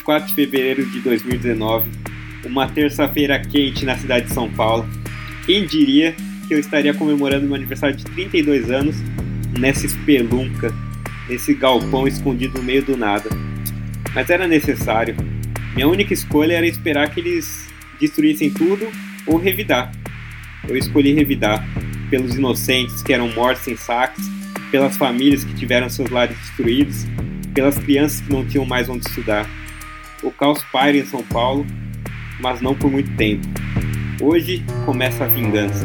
24 de fevereiro de 2019, uma terça-feira quente na cidade de São Paulo. Quem diria que eu estaria comemorando meu aniversário de 32 anos nessa espelunca, nesse galpão escondido no meio do nada. Mas era necessário. Minha única escolha era esperar que eles destruíssem tudo ou revidar. Eu escolhi revidar, pelos inocentes que eram mortos em saques, pelas famílias que tiveram seus lares destruídos, pelas crianças que não tinham mais onde estudar. O caos paira em São Paulo, mas não por muito tempo. Hoje começa a vingança.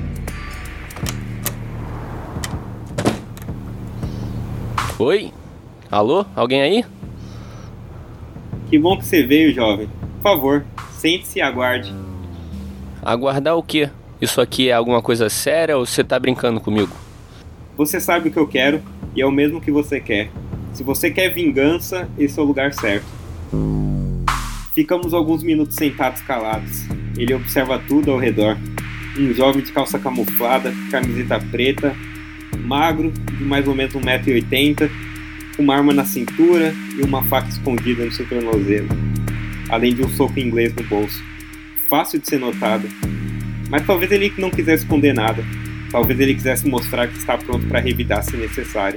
Oi? Alô? Alguém aí? Que bom que você veio, jovem. Por favor, sente-se e aguarde. Aguardar o quê? Isso aqui é alguma coisa séria ou você tá brincando comigo? Você sabe o que eu quero e é o mesmo que você quer. Se você quer vingança, esse é o lugar certo. Ficamos alguns minutos sentados calados. Ele observa tudo ao redor. Um jovem de calça camuflada, camiseta preta, magro, de mais ou menos 1,80 m, com uma arma na cintura e uma faca escondida no seu tornozelo, além de um soco inglês no bolso. Fácil de ser notado. Mas talvez ele não quisesse esconder nada. Talvez ele quisesse mostrar que está pronto para revidar se necessário.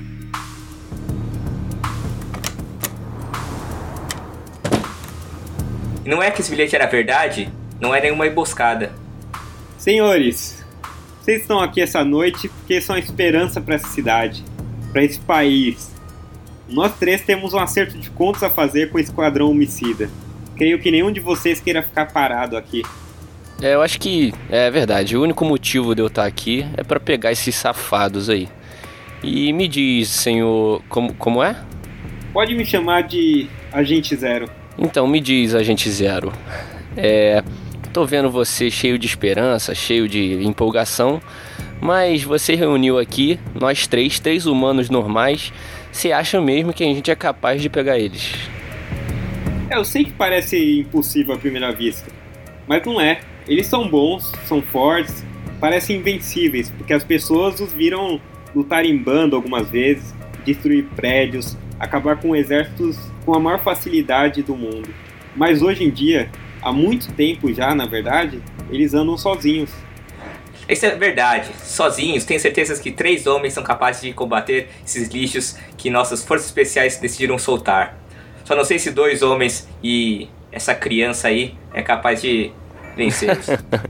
Não é que esse bilhete era verdade? Não é nenhuma emboscada. Senhores, vocês estão aqui essa noite porque são a esperança para essa cidade, para esse país. Nós três temos um acerto de contas a fazer com o esquadrão homicida. Creio que nenhum de vocês queira ficar parado aqui. Eu acho que é verdade. O único motivo de eu estar aqui é pra pegar esses safados aí. E me diz, senhor, como é? Pode me chamar de Agente Zero. Então, me diz, Agente Zero. Tô vendo você cheio de esperança, cheio de empolgação, mas você reuniu aqui, nós três humanos normais. Você acha mesmo que a gente é capaz de pegar eles? Eu sei que parece impossível à primeira vista, mas não é. Eles são bons, são fortes, parecem invencíveis, porque as pessoas os viram lutar em bando algumas vezes, destruir prédios, acabar com exércitos com a maior facilidade do mundo. Mas hoje em dia, há muito tempo já, na verdade, eles andam sozinhos. Isso é verdade. Sozinhos, tenho certeza que 3 homens são capazes de combater esses lixos que nossas forças especiais decidiram soltar. Só não sei se 2 homens e essa criança aí é capaz de vencê-los.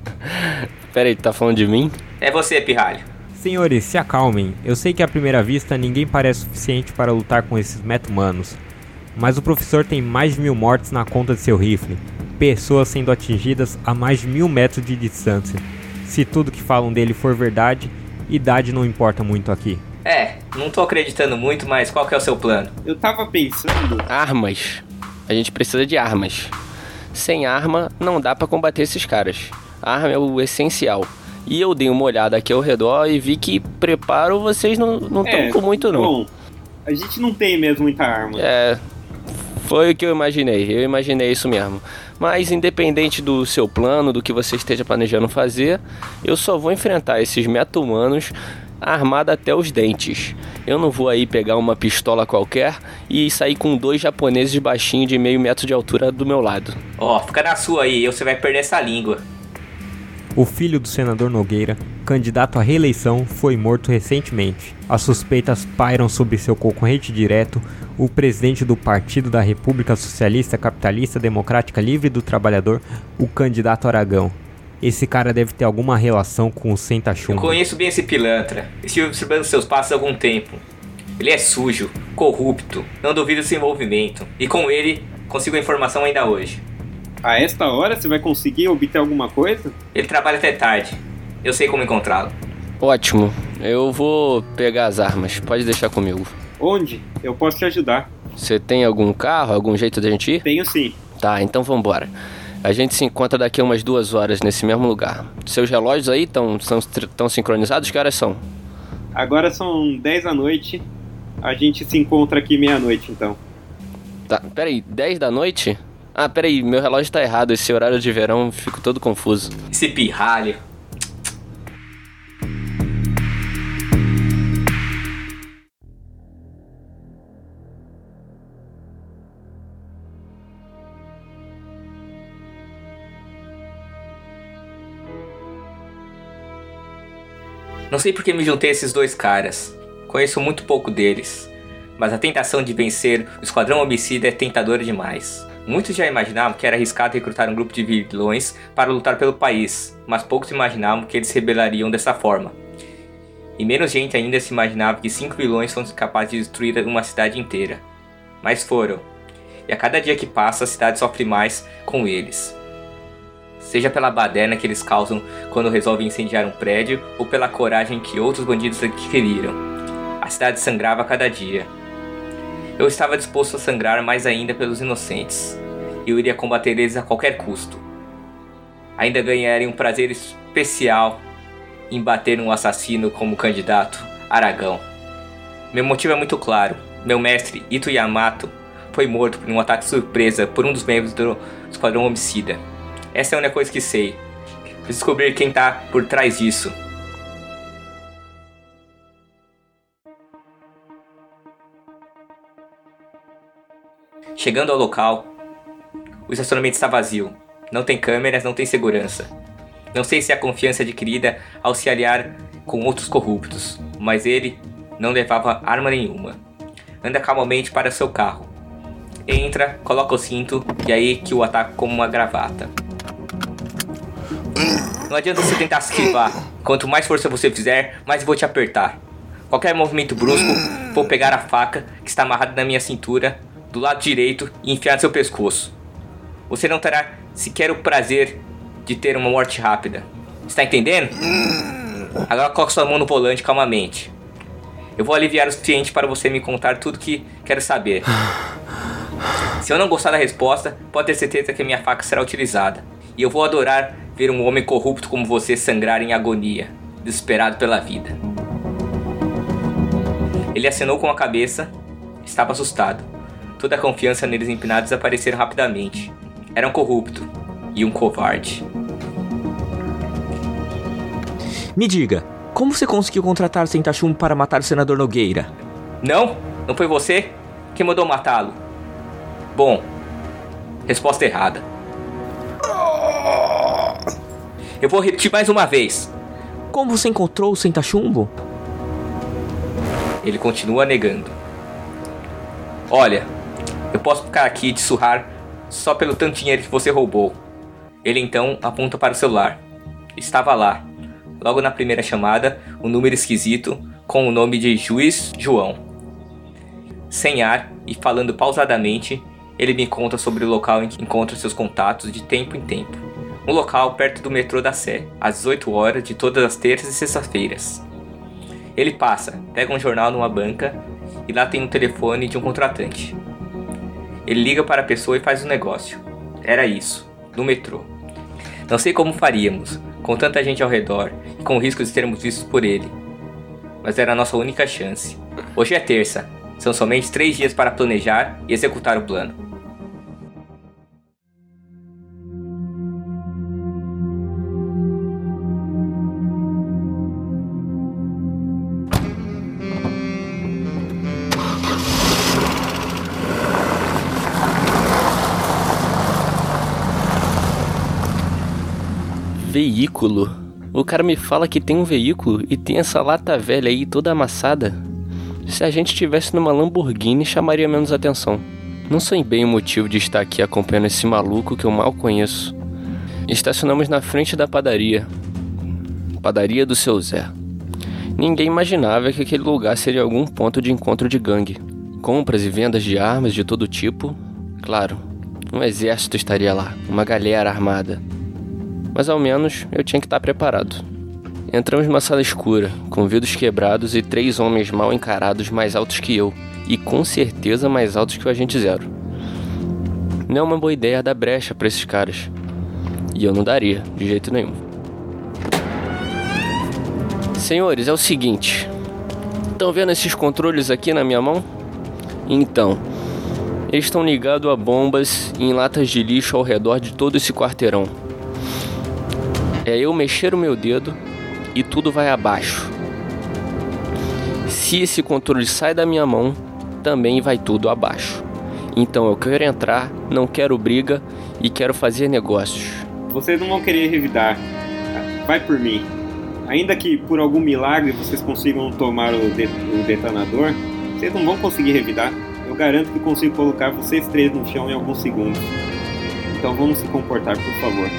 Peraí, tá falando de mim? É você, pirralho. Senhores, se acalmem. Eu sei que à primeira vista ninguém parece suficiente para lutar com esses meta-humanos. Mas o professor tem mais de 1000 mortes na conta de seu rifle. Pessoas sendo atingidas a mais de 1000 metros de distância. Se tudo que falam dele for verdade, idade não importa muito aqui. Não tô acreditando muito, mas qual que é o seu plano? Eu tava pensando... Armas. A gente precisa de armas. Sem arma, não dá pra combater esses caras. A arma é o essencial. E eu dei uma olhada aqui ao redor e vi que preparo vocês não estão com muito, não. Bom, a gente não tem mesmo muita arma. Foi o que eu imaginei. Eu imaginei isso mesmo. Mas independente do seu plano, do que você esteja planejando fazer, eu só vou enfrentar esses meta-humanos armado até os dentes. Eu não vou aí pegar uma pistola qualquer e sair com 2 japoneses baixinhos de meio metro de altura do meu lado. Fica na sua aí, você vai perder essa língua. O filho do senador Nogueira, candidato à reeleição, foi morto recentemente. As suspeitas pairam sobre seu concorrente direto, o presidente do Partido da República Socialista Capitalista Democrática Livre do Trabalhador, o candidato Aragão. Esse cara deve ter alguma relação com o Senta-Chumbo. Eu conheço bem esse pilantra. Estive observando seus passos há algum tempo. Ele é sujo, corrupto, não duvido seu envolvimento. E com ele, consigo a informação ainda hoje. A esta hora você vai conseguir obter alguma coisa? Ele trabalha até tarde. Eu sei como encontrá-lo. Ótimo. Eu vou pegar as armas. Pode deixar comigo. Onde? Eu posso te ajudar. Você tem algum carro, algum jeito de a gente ir? Tenho sim. Tá, então vambora. A gente se encontra daqui a umas 2 horas nesse mesmo lugar. Seus relógios aí estão sincronizados? Que horas são? Agora são 10 da noite. A gente se encontra aqui meia-noite, então. Tá, peraí, 10 da noite? Ah, peraí, meu relógio tá errado. Esse horário de verão, fico todo confuso. Esse pirralho. Não sei por que me juntei a esses dois caras. Conheço muito pouco deles. Mas a tentação de vencer o Esquadrão Homicida é tentadora demais. Muitos já imaginavam que era arriscado recrutar um grupo de vilões para lutar pelo país, mas poucos imaginavam que eles se rebelariam dessa forma. E menos gente ainda se imaginava que 5 vilões fossem capazes de destruir uma cidade inteira. Mas foram. E a cada dia que passa, a cidade sofre mais com eles. Seja pela baderna que eles causam quando resolvem incendiar um prédio, ou pela coragem que outros bandidos adquiriram. A cidade sangrava a cada dia. Eu estava disposto a sangrar mais ainda pelos inocentes. E eu iria combater eles a qualquer custo. Ainda ganharia um prazer especial em bater num assassino como candidato, Aragão. Meu motivo é muito claro. Meu mestre, Ito Yamato, foi morto por um ataque surpresa por um dos membros do Esquadrão Homicida. Essa é a única coisa que sei. Descobrir quem tá por trás disso. Chegando ao local, o estacionamento está vazio. Não tem câmeras, não tem segurança. Não sei se é a confiança adquirida ao se aliar com outros corruptos, mas ele não levava arma nenhuma. Anda calmamente para seu carro. Entra, coloca o cinto e aí que o ataca como uma gravata. Não adianta você tentar se esquivar. Quanto mais força você fizer, mais vou te apertar. Qualquer movimento brusco, vou pegar a faca que está amarrada na minha cintura, do lado direito, e enfiar no seu pescoço. Você não terá sequer o prazer de ter uma morte rápida. Está entendendo? Agora coloque sua mão no volante calmamente. Eu vou aliviar o suficiente para você me contar tudo que quero saber. Se eu não gostar da resposta, pode ter certeza que a minha faca será utilizada. E eu vou adorar ver um homem corrupto como você sangrar em agonia, desesperado pela vida. Ele acenou com a cabeça. Estava assustado. Toda a confiança neles empinados desapareceram rapidamente. Era um corrupto e um covarde. Me diga, como você conseguiu contratar Sentachum para matar o senador Nogueira? Não foi você? Quem mandou matá-lo? Bom, resposta errada. Eu vou repetir mais uma vez. Como você encontrou o Sentachumbo? Ele continua negando. Olha, eu posso ficar aqui e te surrar só pelo tanto de dinheiro que você roubou. Ele então aponta para o celular. Estava lá, logo na primeira chamada, um número esquisito com o nome de Juiz João. Sem ar e falando pausadamente, ele me conta sobre o local em que encontra seus contatos de tempo em tempo. Um local perto do metrô da Sé, às 18 horas de todas as terças e sextas-feiras. Ele passa, pega um jornal numa banca e lá tem um telefone de um contratante. Ele liga para a pessoa e faz um negócio. Era isso, no metrô. Não sei como faríamos, com tanta gente ao redor e com o risco de sermos vistos por ele. Mas era a nossa única chance. Hoje é terça, são somente 3 dias para planejar e executar o plano. Veículo? O cara me fala que tem um veículo e tem essa lata velha aí toda amassada. Se a gente estivesse numa Lamborghini, chamaria menos atenção. Não sei bem o motivo de estar aqui acompanhando esse maluco que eu mal conheço. Estacionamos na frente da padaria. Padaria do Seu Zé. Ninguém imaginava que aquele lugar seria algum ponto de encontro de gangue. Compras e vendas de armas de todo tipo. Claro, um exército estaria lá, uma galera armada. Mas ao menos eu tinha que estar preparado. Entramos numa sala escura, com vidros quebrados e 3 homens mal encarados mais altos que eu. E com certeza mais altos que o Agente Zero. Não é uma boa ideia dar brecha para esses caras. E eu não daria, de jeito nenhum. Senhores, é o seguinte. Estão vendo esses controles aqui na minha mão? Então, eles estão ligados a bombas e em latas de lixo ao redor de todo esse quarteirão. É eu mexer o meu dedo e tudo vai abaixo. Se esse controle sai da minha mão, também vai tudo abaixo. Então eu quero entrar, não quero briga e quero fazer negócios. Vocês não vão querer revidar. Vai por mim. Ainda que por algum milagre vocês consigam tomar o detonador, vocês não vão conseguir revidar. Eu garanto que consigo colocar vocês 3 no chão em alguns segundos. Então vamos se comportar, por favor.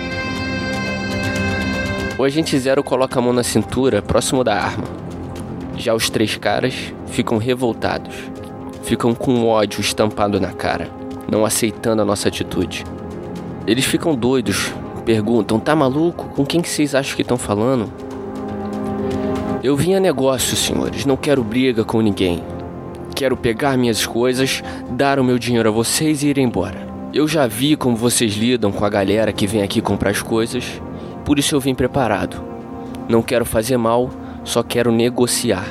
O agente 0 coloca a mão na cintura, próximo da arma. Já os 3 caras ficam revoltados. Ficam com ódio estampado na cara, não aceitando a nossa atitude. Eles ficam doidos, perguntam: tá maluco? Com quem que vocês acham que estão falando? Eu vim a negócio, senhores, não quero briga com ninguém. Quero pegar minhas coisas, dar o meu dinheiro a vocês e ir embora. Eu já vi como vocês lidam com a galera que vem aqui comprar as coisas, por isso eu vim preparado. Não quero fazer mal, só quero negociar.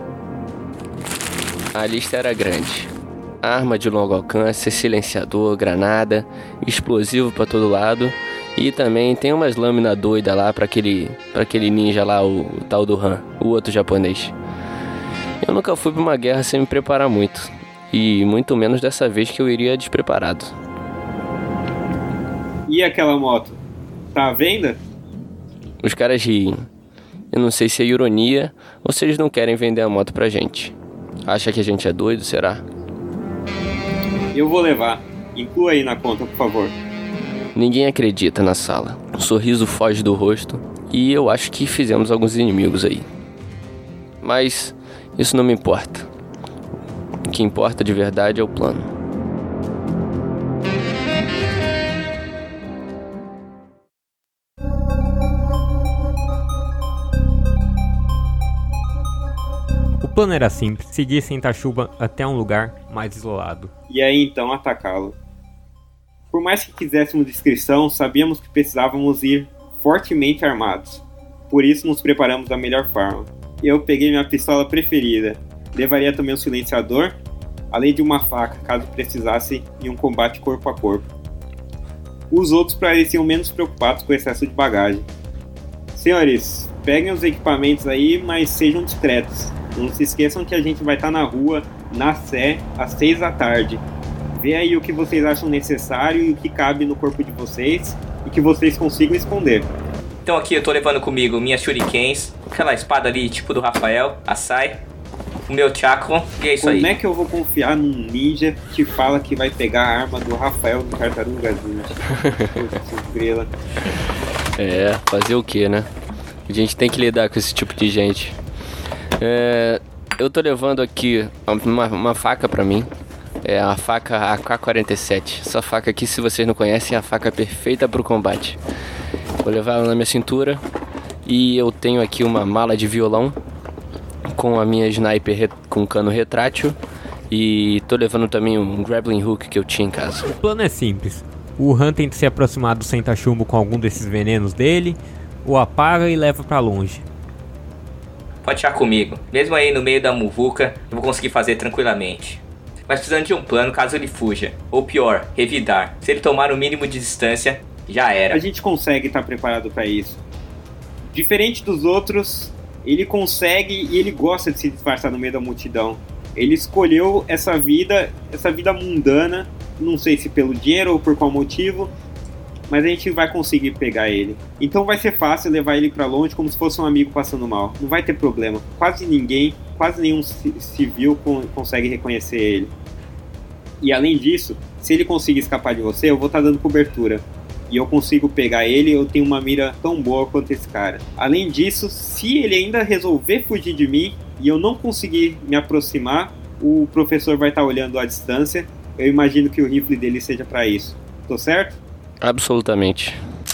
A lista era grande. Arma de longo alcance, silenciador, granada, explosivo pra todo lado. E também tem umas lâminas doidas lá pra aquele ninja lá, o tal do Han, o outro japonês. Eu nunca fui pra uma guerra sem me preparar muito. E muito menos dessa vez que eu iria despreparado. E aquela moto? Tá à venda? Os caras riem. Eu não sei se é ironia ou se eles não querem vender a moto pra gente. Acha que a gente é doido, será? Eu vou levar. Inclua aí na conta, por favor. Ninguém acredita na sala. Um sorriso foge do rosto e eu acho que fizemos alguns inimigos aí. Mas isso não me importa. O que importa de verdade é o plano. O plano era simples, seguir Sentashuba até um lugar mais isolado. E aí então atacá-lo. Por mais que quiséssemos discrição, sabíamos que precisávamos ir fortemente armados. Por isso nos preparamos da melhor forma. Eu peguei minha pistola preferida. Levaria também um silenciador, além de uma faca, caso precisasse em um combate corpo a corpo. Os outros pareciam menos preocupados com o excesso de bagagem. Senhores, peguem os equipamentos aí, mas sejam discretos. Não se esqueçam que a gente vai estar na rua, na Sé, às 6 da tarde. Vê aí o que vocês acham necessário e o que cabe no corpo de vocês e que vocês consigam esconder. Então aqui eu tô levando comigo minhas shurikens, aquela espada ali tipo do Rafael, a Sai, o meu chakra e é isso aí. Como é que eu vou confiar num ninja que fala que vai pegar a arma do Rafael do Tartarugas Ninja? Fazer o que, né? A gente tem que lidar com esse tipo de gente. Eu tô levando aqui uma faca pra mim. É a faca AK-47. Essa faca aqui, se vocês não conhecem, é a faca perfeita pro combate. Vou levar ela na minha cintura. E eu tenho aqui uma mala de violão com a minha sniper com cano retrátil. E tô levando também um grappling hook que eu tinha em casa. O plano é simples. O Han tenta se aproximar do Sentachumbo com algum desses venenos dele, o apaga e leva pra longe. Pode deixar comigo. Mesmo aí no meio da muvuca, eu vou conseguir fazer tranquilamente. Mas precisando de um plano caso ele fuja. Ou pior, revidar. Se ele tomar o mínimo de distância, já era. A gente consegue estar preparado para isso. Diferente dos outros, ele consegue e ele gosta de se disfarçar no meio da multidão. Ele escolheu essa vida mundana, não sei se pelo dinheiro ou por qual motivo, mas a gente vai conseguir pegar ele. Então vai ser fácil levar ele para longe como se fosse um amigo passando mal. Não vai ter problema. Quase nenhum civil consegue reconhecer ele. E além disso, se ele conseguir escapar de você, eu vou estar dando cobertura. E eu consigo pegar ele, eu tenho uma mira tão boa quanto esse cara. Além disso, se ele ainda resolver fugir de mim e eu não conseguir me aproximar, o professor vai estar olhando à distância. Eu imagino que o rifle dele seja para isso. Tô certo? Absolutamente.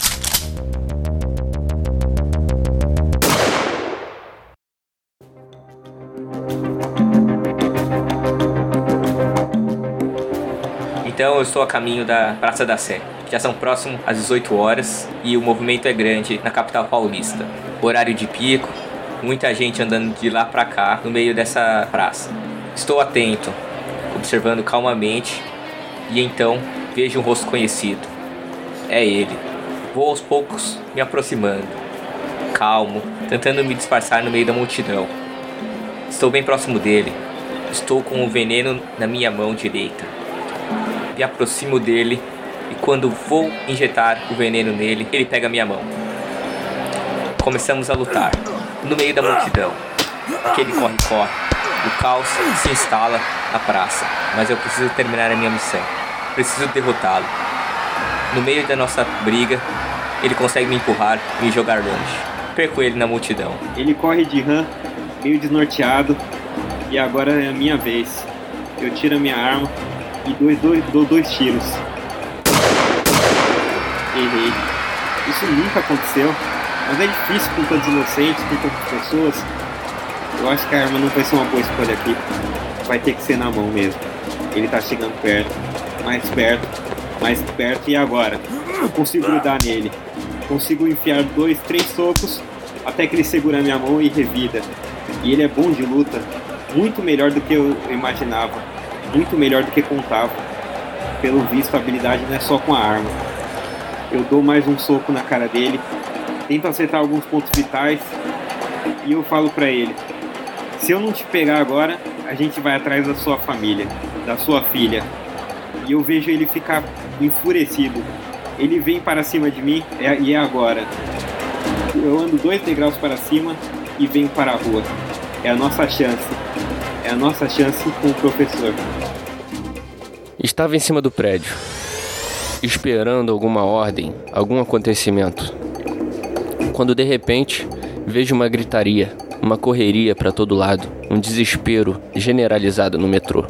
Então eu estou a caminho da Praça da Sé. Já são próximos às 18 horas e o movimento é grande na capital paulista. Horário de pico, muita gente andando de lá pra cá no meio dessa praça. Estou atento, observando calmamente e então vejo um rosto conhecido. É ele. Vou aos poucos me aproximando, calmo, tentando me disfarçar no meio da multidão. Estou bem próximo dele. Estou com o veneno na minha mão direita. Me aproximo dele e quando vou injetar o veneno nele, ele pega minha mão. Começamos a lutar. no meio da multidão. Aquele corre-corre. O caos se instala na praça, mas eu preciso terminar a minha missão. Preciso derrotá-lo. No meio da nossa briga, ele consegue me empurrar e me jogar longe. Perco ele na multidão. Ele corre de rã, meio desnorteado, e agora é a minha vez. Eu tiro a minha arma e dou dois tiros. Errei. Isso nunca aconteceu, mas é difícil com tantos inocentes, com tantas pessoas. Eu acho que a arma não vai ser uma boa escolha aqui. Vai ter que ser na mão mesmo. Ele tá chegando perto, mais perto, e agora? Eu consigo grudar nele. Consigo enfiar 2, 3 socos até que ele segura a minha mão e revida. E ele é bom de luta, muito melhor do que eu imaginava, muito melhor do que contava. Pelo visto, a habilidade não é só com a arma. Eu dou mais um soco na cara dele, tento acertar alguns pontos vitais e eu falo pra ele: se eu não te pegar agora, a gente vai atrás da sua família, da sua filha. E eu vejo ele ficar enfurecido. Ele vem para cima de mim e é agora. Eu ando 2 degraus para cima e venho para a rua. É a nossa chance. É a nossa chance com o professor. Estava em cima do prédio, esperando alguma ordem, algum acontecimento, quando de repente vejo uma gritaria, uma correria para todo lado, um desespero generalizado no metrô.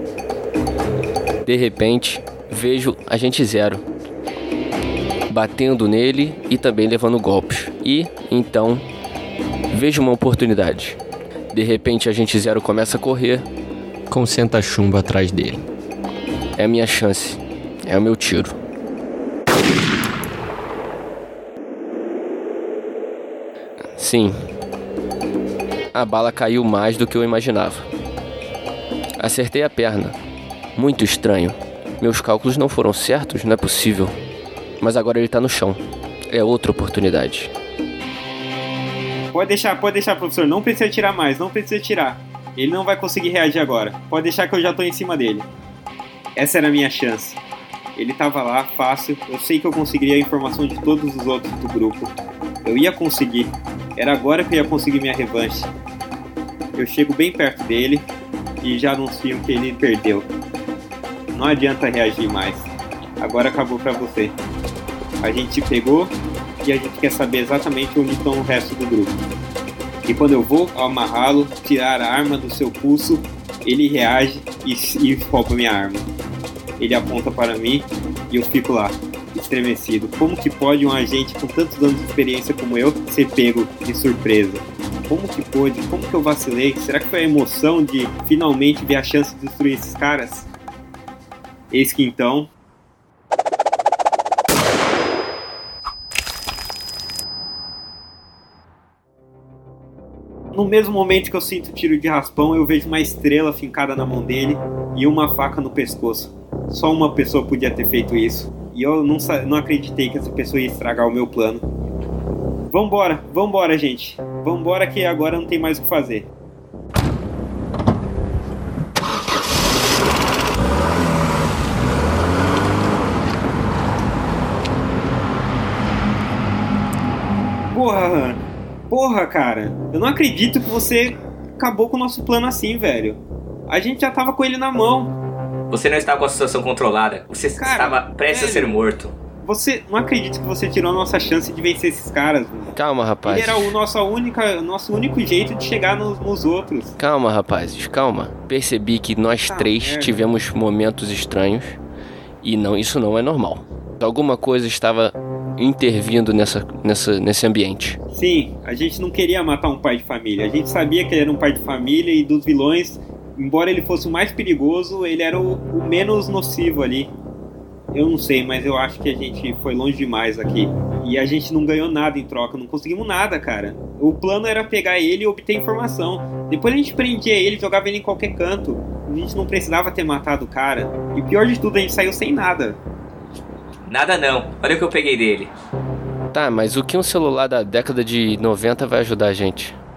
De repente vejo Agente Zero batendo nele e também levando golpes. E então vejo uma oportunidade. De repente Agente Zero começa a correr com Senta-Chumbo atrás dele. É a minha chance, é o meu tiro. Sim, a bala caiu mais do que eu imaginava. Acertei a perna. Muito estranho. Meus cálculos não foram certos, não é possível. Mas agora ele tá no chão. É outra oportunidade. Pode deixar, professor. Não precisa atirar mais, não precisa atirar. Ele não vai conseguir reagir agora. Pode deixar que eu já tô em cima dele. Essa era a minha chance. Ele tava lá, fácil. Eu sei que eu conseguiria a informação de todos os outros do grupo. Eu ia conseguir. Era agora que eu ia conseguir minha revanche. Eu chego bem perto dele e já anuncio que ele perdeu. Não adianta reagir mais. Agora acabou pra você. A gente te pegou e a gente quer saber exatamente onde estão o resto do grupo. E quando eu vou amarrá-lo, tirar a arma do seu pulso, ele reage e rouba minha arma. Ele aponta para mim e eu fico lá, estremecido. Como que pode um agente com tantos anos de experiência como eu ser pego de surpresa? Como que pôde? Como que eu vacilei? Será que foi a emoção de finalmente ver a chance de destruir esses caras? Eis que então... No mesmo momento que eu sinto o tiro de raspão, eu vejo uma estrela fincada na mão dele e uma faca no pescoço. Só uma pessoa podia ter feito isso. E eu não acreditei que essa pessoa ia estragar o meu plano. Vambora, gente. Vambora que agora não tem mais o que fazer. Porra, Han. Porra, cara. Eu não acredito que você acabou com o nosso plano assim, velho. A gente já tava com ele na mão. Você não estava com a situação controlada. Você estava prestes a ser morto. Você não acredita que você tirou a nossa chance de vencer esses caras, mano. Calma, rapaz. Ele era o nosso único jeito de chegar nos outros. Calma, rapazes, calma. Percebi que nós três tivemos momentos estranhos e isso não é normal. Alguma coisa estava intervindo nesse ambiente. Sim, a gente não queria matar um pai de família. A gente sabia que ele era um pai de família e dos vilões, embora ele fosse o mais perigoso, ele era o menos nocivo ali. Eu não sei, mas eu acho que a gente foi longe demais aqui. E a gente não ganhou nada em troca, não conseguimos nada, cara. O plano era pegar ele e obter informação. Depois a gente prendia ele, jogava ele em qualquer canto. A gente não precisava ter matado o cara. E pior de tudo, a gente saiu sem nada. Nada não, olha o que eu peguei dele. Tá, mas o que um celular da década de 90 vai ajudar a gente?